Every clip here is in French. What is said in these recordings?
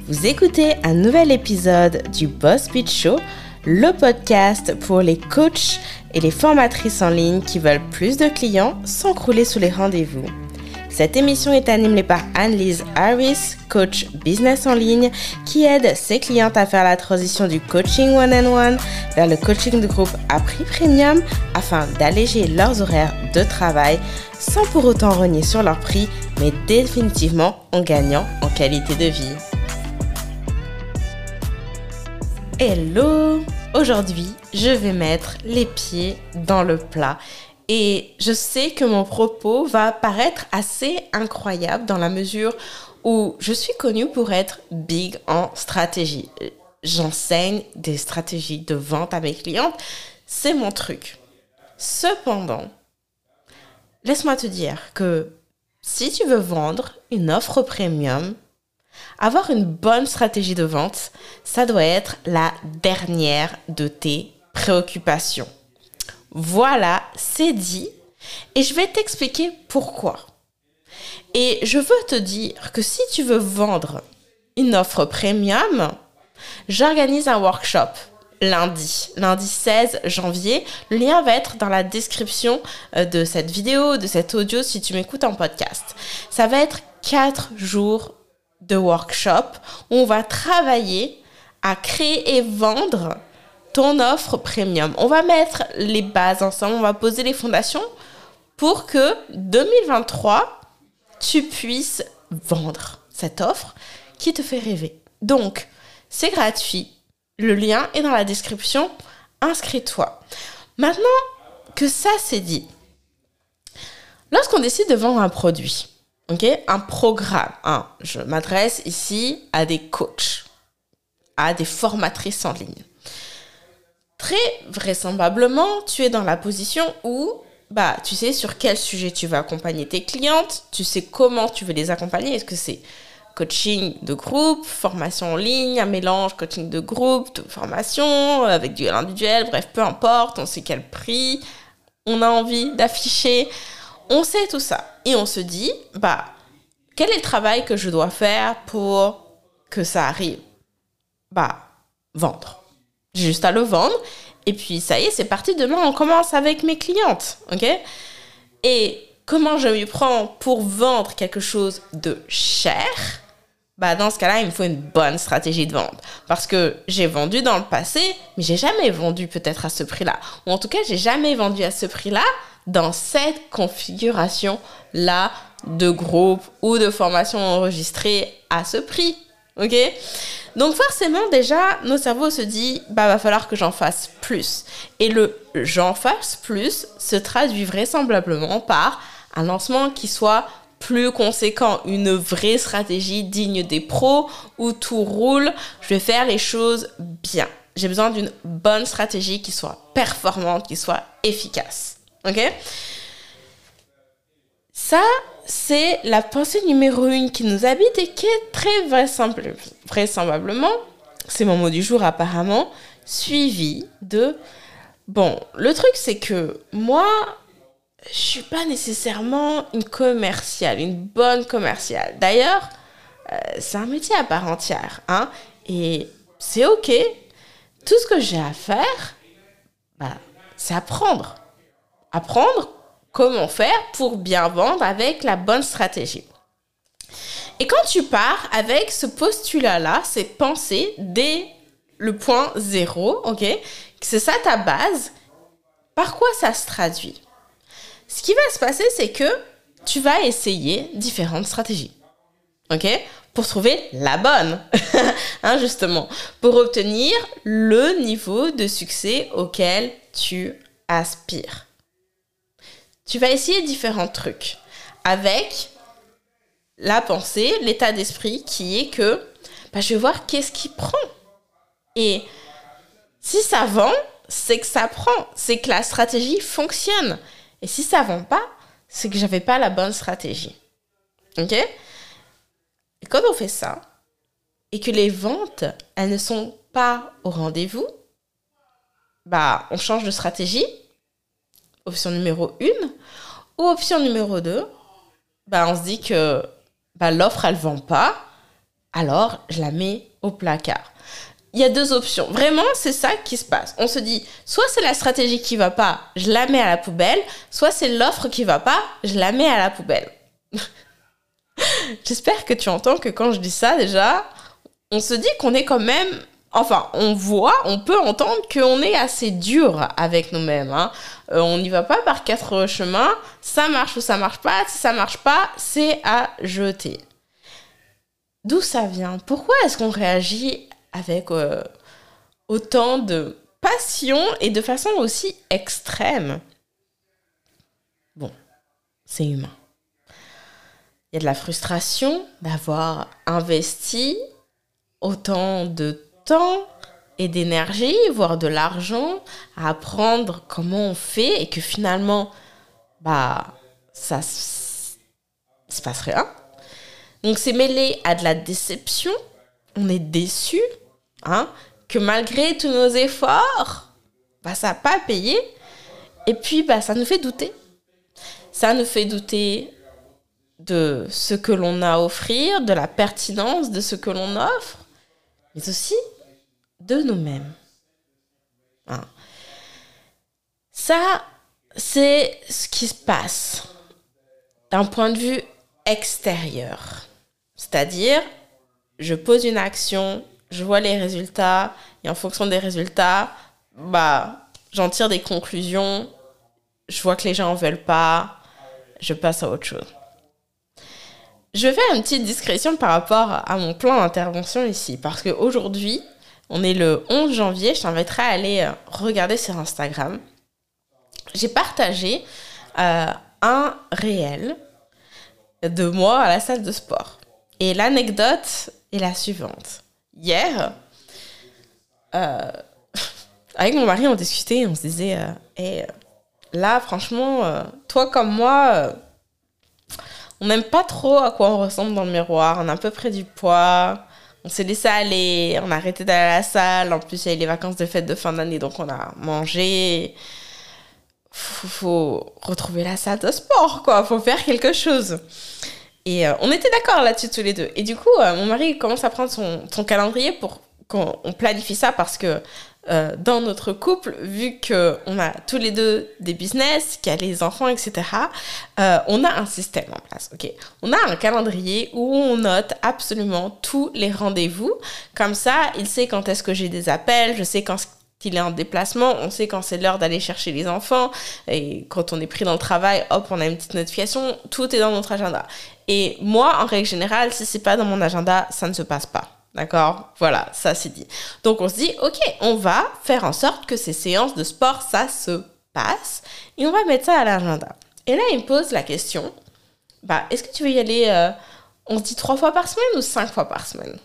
Vous écoutez un nouvel épisode du Boss Pitch Show, le podcast pour les coachs et les formatrices en ligne qui veulent plus de clients sans crouler sous les rendez-vous. Cette émission est animée par Anne-Lise Harris, coach business en ligne, qui aide ses clientes à faire la transition du coaching one-on-one vers le coaching de groupe à prix premium afin d'alléger leurs horaires de travail sans pour autant rogner sur leur prix, mais définitivement en gagnant en qualité de vie. Hello! Aujourd'hui, je vais mettre les pieds dans le plat. Et je sais que mon propos va paraître assez incroyable dans la mesure où je suis connue pour être big en stratégie. J'enseigne des stratégies de vente à mes clientes. C'est mon truc. Cependant, laisse-moi te dire que si tu veux vendre une offre premium, avoir une bonne stratégie de vente, ça doit être la dernière de tes préoccupations. Voilà, c'est dit et je vais t'expliquer pourquoi. Et je veux te dire que si tu veux vendre une offre premium, j'organise un workshop lundi 16 janvier. Le lien va être dans la description de cette vidéo, de cet audio si tu m'écoutes en podcast. Ça va être 4 jours de workshop où on va travailler à créer et vendre ton offre premium. On va mettre les bases ensemble, on va poser les fondations pour que 2023, tu puisses vendre cette offre qui te fait rêver. Donc, c'est gratuit. Le lien est dans la description. Inscris-toi. Maintenant que ça c'est dit, lorsqu'on décide de vendre un produit, un programme, je m'adresse ici à des coachs, à des formatrices en ligne. Très vraisemblablement, tu es dans la position où tu sais sur quel sujet tu veux accompagner tes clientes, tu sais comment tu veux les accompagner. Est-ce que c'est coaching de groupe, formation en ligne, un mélange coaching de groupe, de formation avec du individuel, bref, peu importe, on sait quel prix on a envie d'afficher. On sait tout ça et on se dit, quel est le travail que je dois faire pour que ça arrive ? Vendre. J'ai juste à le vendre et puis ça y est, c'est parti. Demain, on commence avec mes clientes, Et comment je m'y prends pour vendre quelque chose de cher ? Dans ce cas-là, il me faut une bonne stratégie de vente. Parce que j'ai vendu dans le passé, mais j'ai jamais vendu peut-être à ce prix-là. Ou en tout cas, j'ai jamais vendu à ce prix-là dans cette configuration-là de groupe ou de formation enregistrée à ce prix. Donc forcément, déjà, nos cerveaux se disent, va falloir que j'en fasse plus. Et le « j'en fasse plus » se traduit vraisemblablement par un lancement qui soit plus conséquent, une vraie stratégie digne des pros où tout roule. Je vais faire les choses bien. J'ai besoin d'une bonne stratégie qui soit performante, qui soit efficace. Ça, c'est la pensée numéro 1 qui nous habite et qui est très vraisemblablement, c'est mon mot du jour apparemment, suivi de... le truc c'est que moi, je suis pas nécessairement une commerciale, une bonne commerciale. D'ailleurs, c'est un métier à part entière, et c'est ok. Tout ce que j'ai à faire, c'est apprendre. Apprendre comment faire pour bien vendre avec la bonne stratégie. Et quand tu pars avec ce postulat-là, cette pensée dès le point 0, c'est ça ta base, par quoi ça se traduit ? Ce qui va se passer, c'est que tu vas essayer différentes stratégies, pour trouver la bonne, justement, pour obtenir le niveau de succès auquel tu aspires. Tu vas essayer différents trucs avec la pensée, l'état d'esprit qui est que je vais voir qu'est-ce qui prend. Et si ça vend, c'est que ça prend, c'est que la stratégie fonctionne. Et si ça vend pas, c'est que j'avais pas la bonne stratégie. Et quand on fait ça, et que les ventes, elles ne sont pas au rendez-vous, on change de stratégie. Option numéro 1. Ou option numéro 2, on se dit que l'offre, elle ne vend pas. alors je la mets au placard. Il y a deux options. Vraiment, c'est ça qui se passe. On se dit, soit c'est la stratégie qui va pas, je la mets à la poubelle, soit c'est l'offre qui va pas, je la mets à la poubelle. J'espère que tu entends que quand je dis ça, déjà, on se dit qu'on est quand même... Enfin, on peut entendre qu'on est assez dur avec nous-mêmes. Hein. On n'y va pas par quatre chemins. Ça marche ou ça marche pas. Si ça marche pas, c'est à jeter. D'où ça vient? Pourquoi est-ce qu'on réagit avec autant de passion et de façon aussi extrême? Bon, c'est humain. Il y a de la frustration d'avoir investi autant de temps et d'énergie, voire de l'argent, à apprendre comment on fait et que finalement, ça se passe rien. Donc c'est mêlé à de la déception, on est déçu, hein, que malgré tous nos efforts, ça n'a pas payé. Et puis ça nous fait douter. Ça nous fait douter de ce que l'on a à offrir, de la pertinence de ce que l'on offre, mais aussi de nous-mêmes. Hein. Ça, c'est ce qui se passe d'un point de vue extérieur. C'est-à-dire, je pose une action, je vois les résultats, et en fonction des résultats, j'en tire des conclusions, je vois que les gens en veulent pas, je passe à autre chose. Je vais faire une petite discrétion par rapport à mon plan d'intervention ici, parce qu'aujourd'hui, on est le 11 janvier, je t'inviterai à aller regarder sur Instagram. J'ai partagé un réel de moi à la salle de sport. Et l'anecdote est la suivante. Hier, avec mon mari, on discutait, on se disait là, franchement, toi comme moi, on n'aime pas trop à quoi on ressemble dans le miroir. On a à peu près du poids. On s'est laissé aller. On a arrêté d'aller à la salle. En plus, il y a eu les vacances de fête de fin d'année, donc on a mangé. Faut retrouver la salle de sport, quoi. Faut faire quelque chose. Et on était d'accord là-dessus tous les deux. Et du coup, mon mari commence à prendre son calendrier pour qu'on planifie ça parce que dans notre couple, vu qu'on a tous les deux des business, qu'il y a les enfants, etc., on a un système en place. Okay, on a un calendrier où on note absolument tous les rendez-vous. Comme ça, il sait quand est-ce que j'ai des appels, je sais quand il est en déplacement, on sait quand c'est l'heure d'aller chercher les enfants. Et quand on est pris dans le travail, hop, on a une petite notification. Tout est dans notre agenda. Et moi, en règle générale, si c'est pas dans mon agenda, ça ne se passe pas. D'accord? Voilà, ça c'est dit. Donc on se dit, ok, on va faire en sorte que ces séances de sport, ça se passe et on va mettre ça à l'agenda. Et là, il me pose la question, est-ce que tu veux y aller, on se dit 3 fois par semaine ou 5 fois par semaine?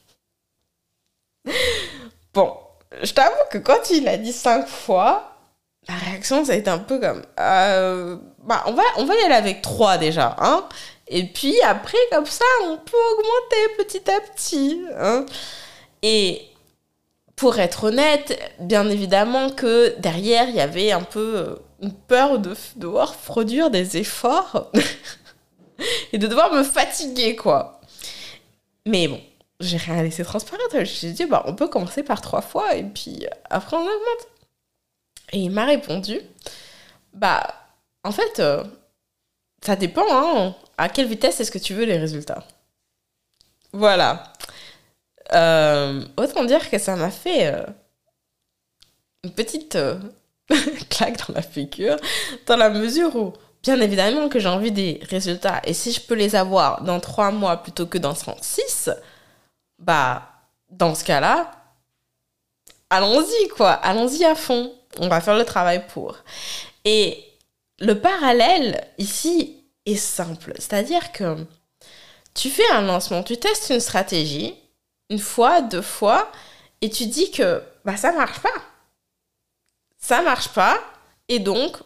Bon, je t'avoue que quand il a dit 5 fois, la réaction, ça a été un peu comme, on va y aller avec 3 déjà, hein? Et puis après, comme ça, on peut augmenter petit à petit. Hein. Et pour être honnête, bien évidemment que derrière, il y avait un peu une peur de devoir produire des efforts et de devoir me fatiguer, quoi. Mais bon, j'ai rien laissé transparaître. J'ai dit, on peut commencer par 3 fois et puis après, on augmente. Et il m'a répondu, en fait, ça dépend, hein. À quelle vitesse est-ce que tu veux les résultats? Voilà. Autant dire que ça m'a fait une petite claque dans la figure, dans la mesure où, bien évidemment que j'ai envie des résultats, et si je peux les avoir dans 3 mois plutôt que dans 36, dans ce cas-là, allons-y, quoi. Allons-y à fond. On va faire le travail pour. Et le parallèle, ici, est simple. C'est-à-dire que tu fais un lancement, tu testes une stratégie, 1 fois, 2 fois, et tu dis que ça marche pas. Ça marche pas, et donc,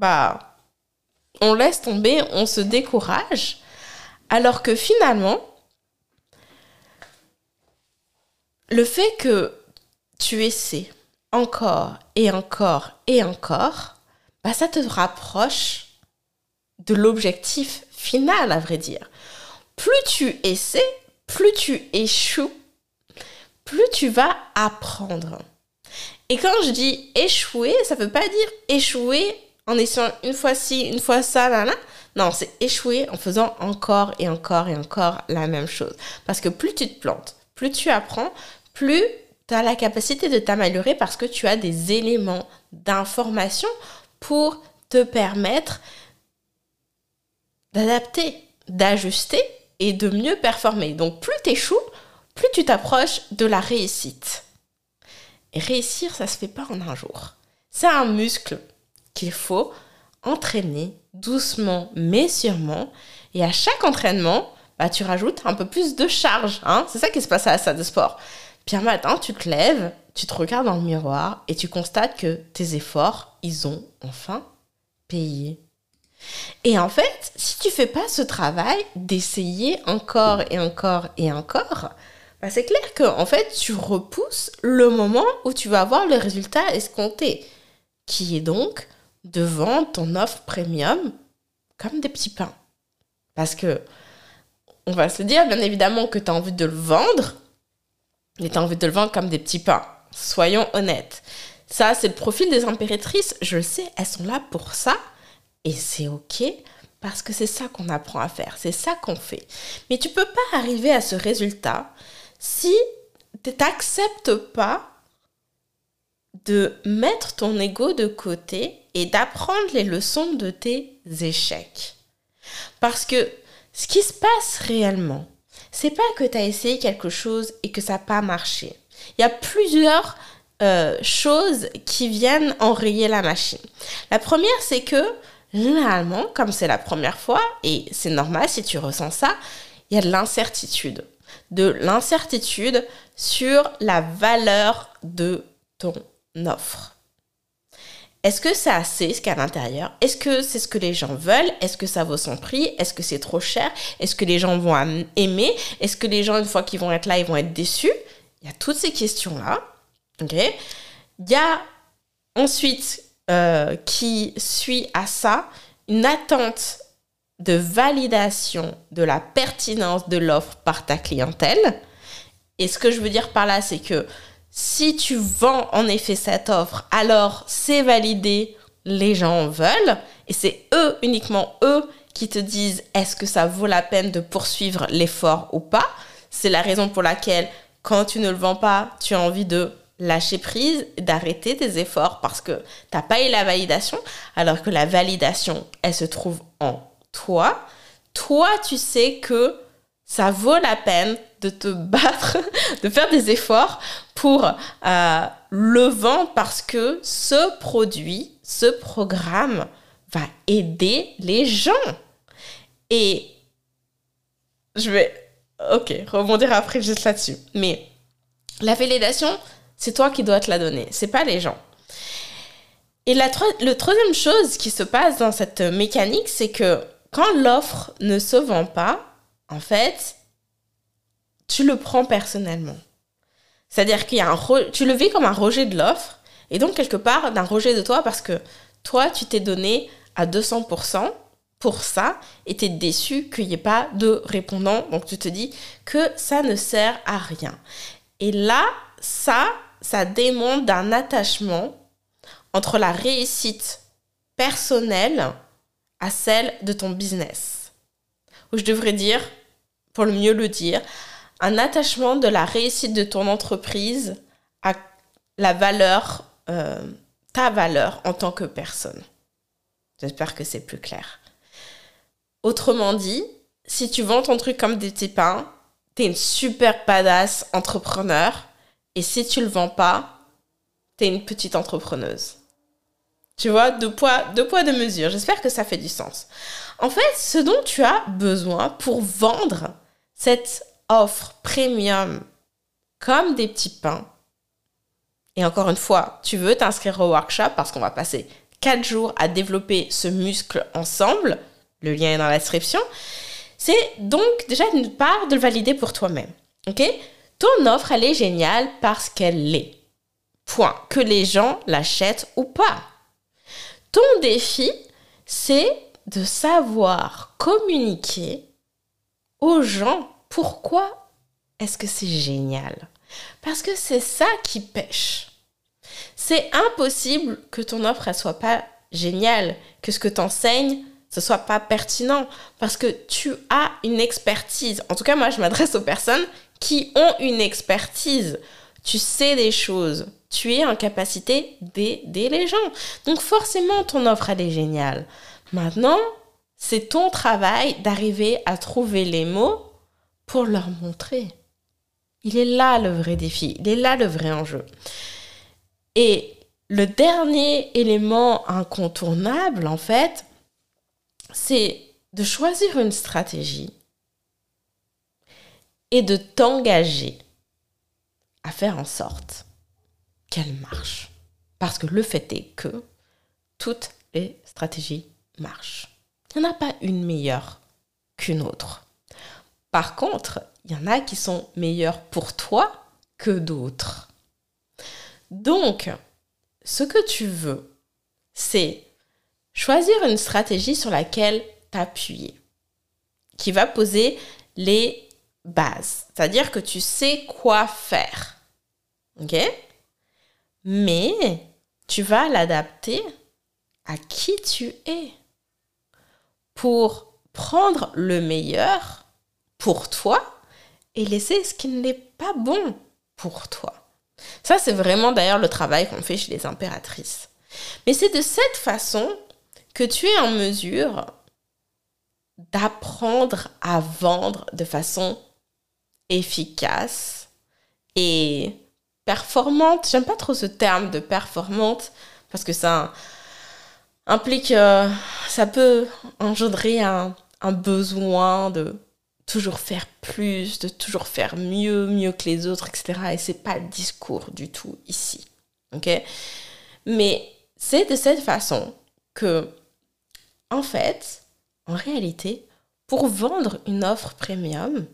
on laisse tomber, on se décourage, alors que finalement, le fait que tu essaies encore et encore et encore, ça te rapproche de l'objectif final, à vrai dire. Plus tu essaies, plus tu échoues, plus tu vas apprendre. Et quand je dis échouer, ça ne veut pas dire échouer en essayant une fois ci, une fois ça, là, là. Non, c'est échouer en faisant encore et encore et encore la même chose. Parce que plus tu te plantes, plus tu apprends, plus tu as la capacité de t'améliorer parce que tu as des éléments d'information pour te permettre d'adapter, d'ajuster et de mieux performer. Donc plus tu échoues, plus tu t'approches de la réussite. Et réussir, ça ne se fait pas en un jour. C'est un muscle qu'il faut entraîner doucement mais sûrement. Et à chaque entraînement, tu rajoutes un peu plus de charge. C'est ça qui se passe à la salle de sport. Puis un matin, tu te lèves, tu te regardes dans le miroir et tu constates que tes efforts, ils ont enfin payé. Et en fait, si tu fais pas ce travail d'essayer encore et encore et encore, c'est clair que en fait, tu repousses le moment où tu vas avoir le résultat escompté, qui est donc de vendre ton offre premium comme des petits pains. Parce que, on va se dire, bien évidemment, que tu as envie de le vendre, mais tu as envie de le vendre comme des petits pains. Soyons honnêtes. Ça, c'est le profil des impératrices. Je le sais, elles sont là pour ça. Et c'est OK, parce que c'est ça qu'on apprend à faire. C'est ça qu'on fait. Mais tu peux pas arriver à ce résultat si tu n'acceptes pas de mettre ton ego de côté et d'apprendre les leçons de tes échecs. Parce que ce qui se passe réellement, c'est pas que tu as essayé quelque chose et que ça n'a pas marché. Il y a plusieurs choses qui viennent enrayer la machine. La première, c'est que généralement, comme c'est la première fois, et c'est normal si tu ressens ça, il y a de l'incertitude. De l'incertitude sur la valeur de ton offre. Est-ce que c'est assez ce qu'il y a à l'intérieur? Est-ce que c'est ce que les gens veulent? Est-ce que ça vaut son prix? Est-ce que c'est trop cher? Est-ce que les gens vont aimer? Est-ce que les gens, une fois qu'ils vont être là, ils vont être déçus? Il y a toutes ces questions-là. Okay? Il y a ensuite, qui suit à ça, une attente de validation de la pertinence de l'offre par ta clientèle. Et ce que je veux dire par là, c'est que si tu vends en effet cette offre, alors c'est validé, les gens en veulent, et c'est eux, uniquement eux, qui te disent est-ce que ça vaut la peine de poursuivre l'effort ou pas. C'est la raison pour laquelle, quand tu ne le vends pas, tu as envie de lâcher prise, d'arrêter tes efforts parce que tu n'as pas eu la validation, alors que la validation, elle se trouve en toi. Toi, tu sais que ça vaut la peine de te battre, de faire des efforts pour le vendre parce que ce produit, ce programme va aider les gens. Et je vais, rebondir après juste là-dessus. Mais la validation, c'est toi qui dois te la donner, c'est pas les gens. Et le troisième chose qui se passe dans cette mécanique, c'est que quand l'offre ne se vend pas, en fait, tu le prends personnellement. C'est-à-dire qu'il y a tu le vis comme un rejet de l'offre, et donc quelque part d'un rejet de toi parce que toi, tu t'es donné à 200% pour ça, et tu es déçu qu'il n'y ait pas de répondant, donc tu te dis que ça ne sert à rien. Et là, ça démontre d'un attachement entre la réussite personnelle à celle de ton business. Ou je devrais dire, pour le mieux le dire, un attachement de la réussite de ton entreprise à la valeur, ta valeur en tant que personne. J'espère que c'est plus clair. Autrement dit, si tu vends ton truc comme des petits pains, t'es une super badass entrepreneur, et si tu le vends pas, t'es une petite entrepreneuse. Tu vois, deux poids, deux mesures. J'espère que ça fait du sens. En fait, ce dont tu as besoin pour vendre cette offre premium comme des petits pains, et encore une fois, tu veux t'inscrire au workshop parce qu'on va passer 4 jours à développer ce muscle ensemble, le lien est dans la description, c'est donc déjà d'une part de le valider pour toi-même. Ok ? Ton offre, elle est géniale parce qu'elle l'est. Point. Que les gens l'achètent ou pas. Ton défi, c'est de savoir communiquer aux gens pourquoi est-ce que c'est génial? Parce que c'est ça qui pêche. C'est impossible que ton offre ne soit pas géniale, que ce que tu enseignes, ce soit pas pertinent, parce que tu as une expertise. En tout cas, moi, je m'adresse aux personnes qui ont une expertise. Tu sais des choses. Tu es en capacité d'aider les gens. Donc, forcément, ton offre, elle est géniale. Maintenant, c'est ton travail d'arriver à trouver les mots pour leur montrer. Il est là le vrai défi. Il est là le vrai enjeu. Et le dernier élément incontournable, en fait, c'est de choisir une stratégie et de t'engager à faire en sorte qu'elle marche. Parce que le fait est que toutes les stratégies marchent. Il n'y en a pas une meilleure qu'une autre. Par contre, il y en a qui sont meilleures pour toi que d'autres. Donc, ce que tu veux, c'est choisir une stratégie sur laquelle t'appuyer, qui va poser les bases. C'est-à-dire que tu sais quoi faire. OK? Mais tu vas l'adapter à qui tu es pour prendre le meilleur pour toi et laisser ce qui n'est pas bon pour toi. Ça, c'est vraiment d'ailleurs le travail qu'on fait chez les impératrices. Mais c'est de cette façon que tu es en mesure d'apprendre à vendre de façon efficace et performante. J'aime pas trop ce terme de performante parce que ça implique, ça peut engendrer un besoin de toujours faire plus, de toujours faire mieux que les autres, etc. Et c'est pas le discours du tout ici. Ok? Mais c'est de cette façon que, en fait, en réalité, pour vendre une offre premium,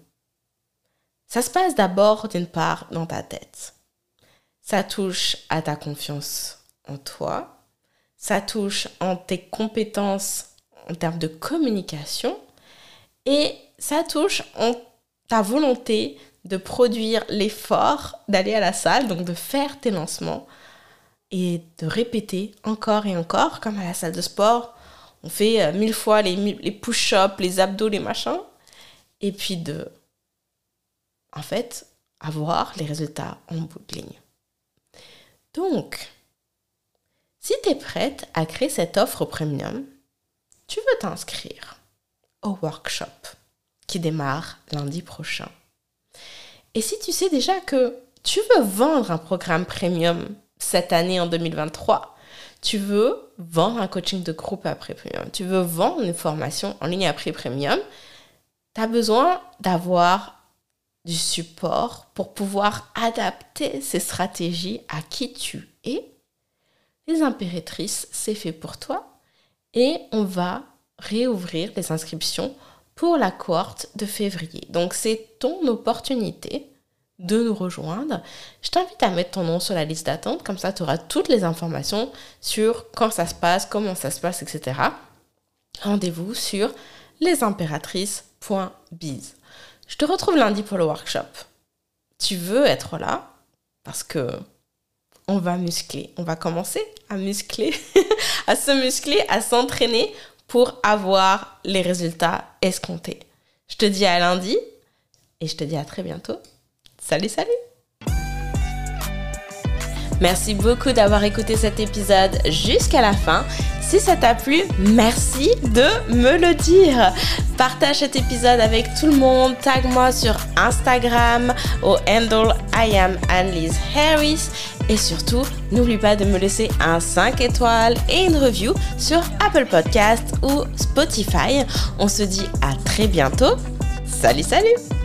ça se passe d'abord d'une part dans ta tête. Ça touche à ta confiance en toi, ça touche en tes compétences en termes de communication et ça touche en ta volonté de produire l'effort d'aller à la salle, donc de faire tes lancements et de répéter encore et encore, comme à la salle de sport. On fait 1000 fois les push-ups, les abdos, les machins. Et puis de, en fait, avoir les résultats en bout de ligne. Donc, si tu es prête à créer cette offre premium, tu veux t'inscrire au workshop qui démarre lundi prochain. Et si tu sais déjà que tu veux vendre un programme premium cette année en 2023, tu veux vendre un coaching de groupe à prix premium, tu veux vendre une formation en ligne à prix premium, tu as besoin d'avoir du support pour pouvoir adapter ces stratégies à qui tu es. Les impératrices, c'est fait pour toi et on va réouvrir les inscriptions pour la cohorte de février. Donc, c'est ton opportunité de nous rejoindre. Je t'invite à mettre ton nom sur la liste d'attente, comme ça tu auras toutes les informations sur quand ça se passe, comment ça se passe, etc. Rendez-vous sur lesimpératrices.biz. Je te retrouve lundi pour le workshop. Tu veux être là parce que on va muscler. On va commencer à muscler, à se muscler, à s'entraîner pour avoir les résultats escomptés. Je te dis à lundi et je te dis à très bientôt. Salut, salut! Merci beaucoup d'avoir écouté cet épisode jusqu'à la fin. Si ça t'a plu, merci de me le dire. Partage cet épisode avec tout le monde. Tag-moi sur Instagram au handle I am Annelise Harris. Et surtout, n'oublie pas de me laisser un 5 étoiles et une review sur Apple Podcast ou Spotify. On se dit à très bientôt. Salut, salut!